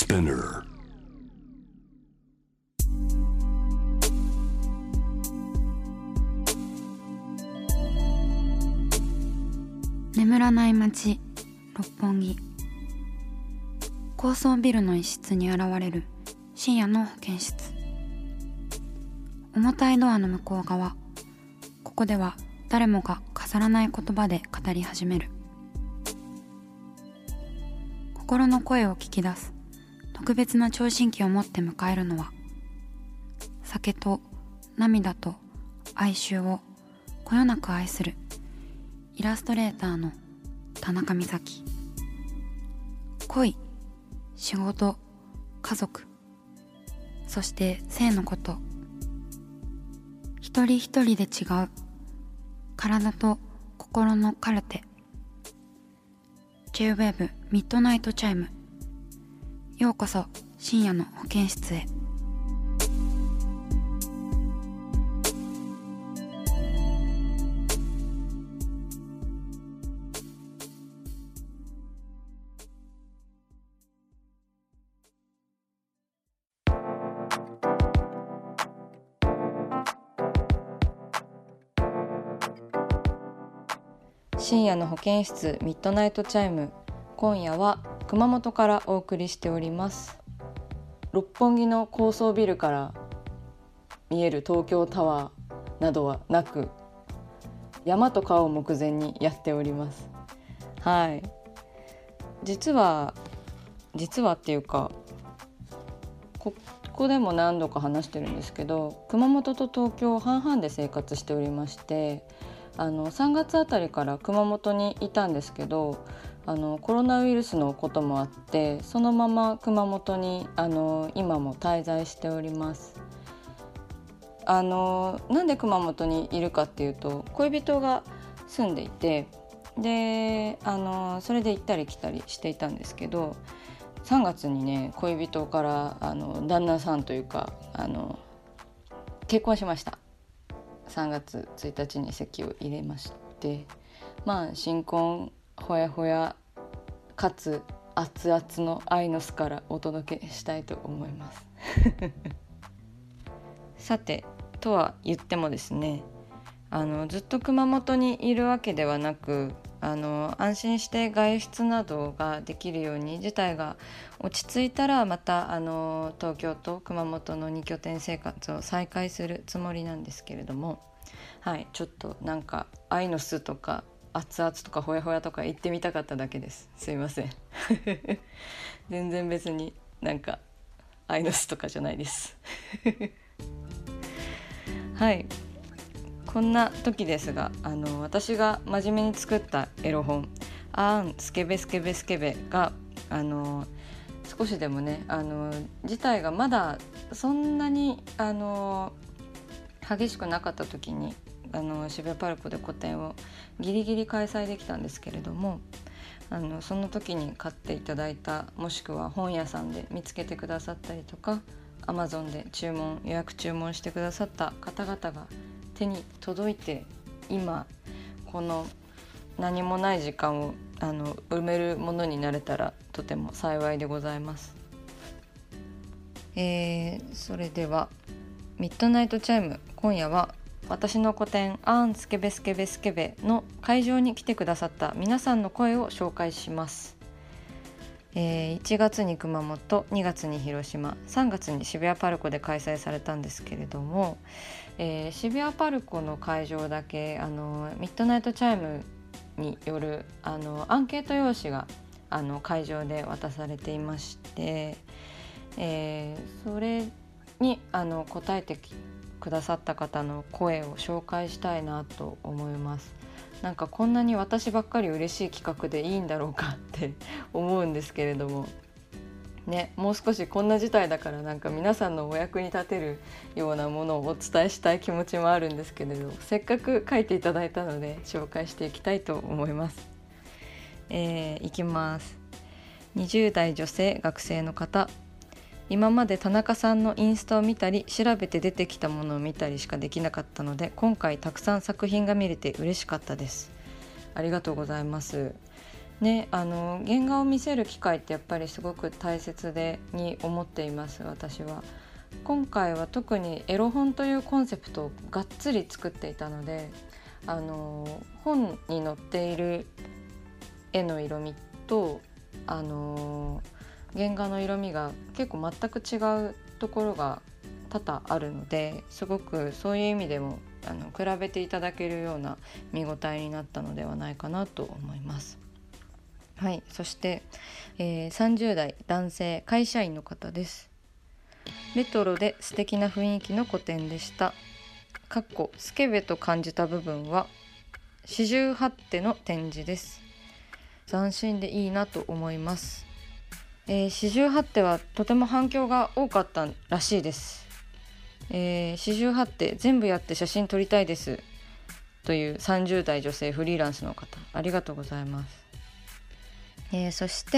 Spinner. 眠らない街六本木。高層ビルの一室に現れる深夜の保健室。重たいドアの向こう側、ここでは誰もが飾らない言葉で語り始める。心の声を聞き出す特別な聴診器を持って迎えるのは、酒と涙と哀愁をこよなく愛するイラストレーターの田中美咲。恋、仕事、家族、そして性のこと、一人一人で違う体と心のカルテ。 J-WAVE ミッドナイトチャイム。ようこそ深夜の保健室へ。 深夜の保健室ミッドナイトチャイム。今夜は熊本からお送りしております。六本木の高層ビルから見える東京タワーなどはなく、山と川を目前にやっております。はい、実はっていうか、ここでも何度か話してるんですけど、熊本と東京半々で生活しておりまして、3月あたりから熊本にいたんですけど、コロナウイルスのこともあってそのまま熊本に今も滞在しております。なんで熊本にいるかっていうと、恋人が住んでいて、でそれで行ったり来たりしていたんですけど、3月にね、恋人から旦那さんというか結婚しました。3月1日に籍を入れまして、新婚ほやほやかつ熱々の愛の巣からお届けしたいと思いますさて、とは言ってもですね、ずっと熊本にいるわけではなく、安心して外出などができるように事態が落ち着いたら、また東京と熊本の2拠点生活を再開するつもりなんですけれども、はい、ちょっとなんか愛の巣とか熱々とかほやほやとか行ってみたかっただけです。すいません全然別になんか愛の巣とかじゃないですはい、こんな時ですが、私が真面目に作ったエロ本スケベスケベスケベが少しでもね、事態がまだそんなに激しくなかった時に渋谷パルコで個展をギリギリ開催できたんですけれども、その時に買っていただいた、もしくは本屋さんで見つけてくださったりとか、 Amazon で予約注文してくださった方々が手に届いて、今この何もない時間を埋めるものになれたらとても幸いでございます。それではミッドナイトチャイム、今夜は私の個展スケベスケベスケベの会場に来てくださった皆さんの声を紹介します。1月に熊本、2月に広島、3月に渋谷パルコで開催されたんですけれども、渋谷パルコの会場だけミッドナイトチャイムによるアンケート用紙が会場で渡されていまして、それに答えてくださった方の声を紹介したいなと思います。なんかこんなに私ばっかり嬉しい企画でいいんだろうかって思うんですけれどもね、もう少しこんな事態だから、なんか皆さんのお役に立てるようなものをお伝えしたい気持ちもあるんですけれど、せっかく書いていただいたので紹介していきたいと思います。いきます。20代女性学生の方。今まで田中さんのインスタを見たり調べて出てきたものを見たりしかできなかったので、今回たくさん作品が見れて嬉しかったです。ありがとうございます。 ね、原画を見せる機会ってやっぱりすごく大切に思っています。私は今回は特にエロ本というコンセプトをがっつり作っていたので、本に載っている絵の色味と原画の色味が結構全く違うところが多々あるので、すごくそういう意味でも比べていただけるような見応えになったのではないかなと思います。はい、そして、30代男性会社員の方です。レトロで素敵な雰囲気の個展でした。スケベと感じた部分は四十八手の展示です。斬新でいいなと思います。四十八手はとても反響が多かったらしいです。四十八手全部やって写真撮りたいですという30代女性フリーランスの方、ありがとうございます。そして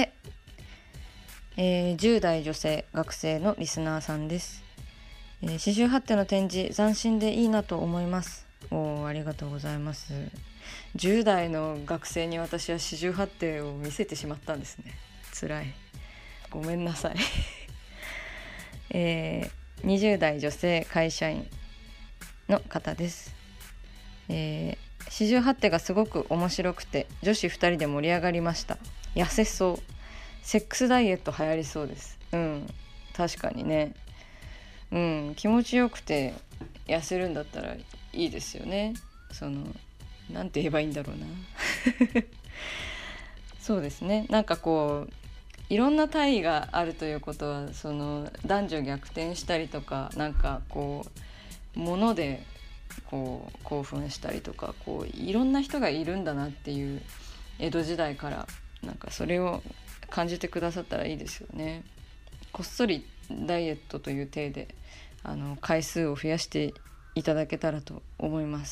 、10代女性学生のリスナーさんです。四十八手の展示斬新でいいなと思います。ありがとうございます。10代の学生に私は四十八手を見せてしまったんですね。辛い、ごめんなさい、20代女性会社員の方です。四十八手がすごく面白くて女子2人で盛り上がりました。痩せそう、セックスダイエット流行りそうです。確かにね、気持ちよくて痩せるんだったらいいですよね。なんて言えばいいんだろうなそうですね、なんかこういろんな体位があるということは、男女逆転したりとか、なんかこう物でこう興奮したりとか、こういろんな人がいるんだなっていう江戸時代から、なんかそれを感じてくださったらいいですよね。こっそりダイエットという体で回数を増やしていただけたらと思います。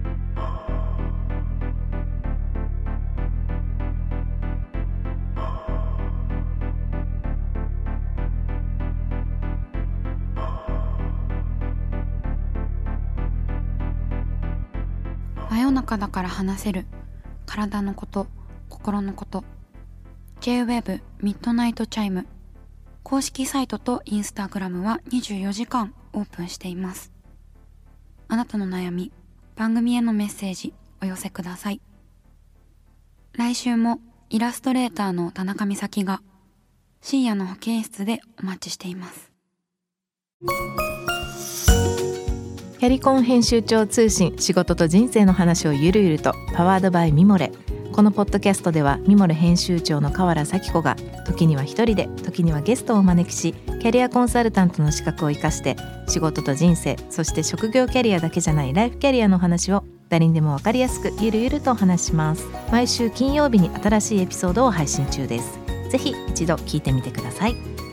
真夜中だから話せる体のこと、心のこと。 J-WEB ミッドナイトチャイム公式サイトとインスタグラムは24時間オープンしています。あなたの悩み、番組へのメッセージお寄せください。来週もイラストレーターの田中美咲が深夜の保健室でお待ちしています。 キャリコン編集長通信、仕事と人生の話をゆるゆると、パワードバイミモレ。このポッドキャストではミモレ編集長の河原咲子が時には一人で、時にはゲストをお招きし、キャリアコンサルタントの資格を生かして仕事と人生、そして職業キャリアだけじゃないライフキャリアの話を誰にでも分かりやすくゆるゆるとお話します。毎週金曜日に新しいエピソードを配信中です。ぜひ一度聞いてみてください。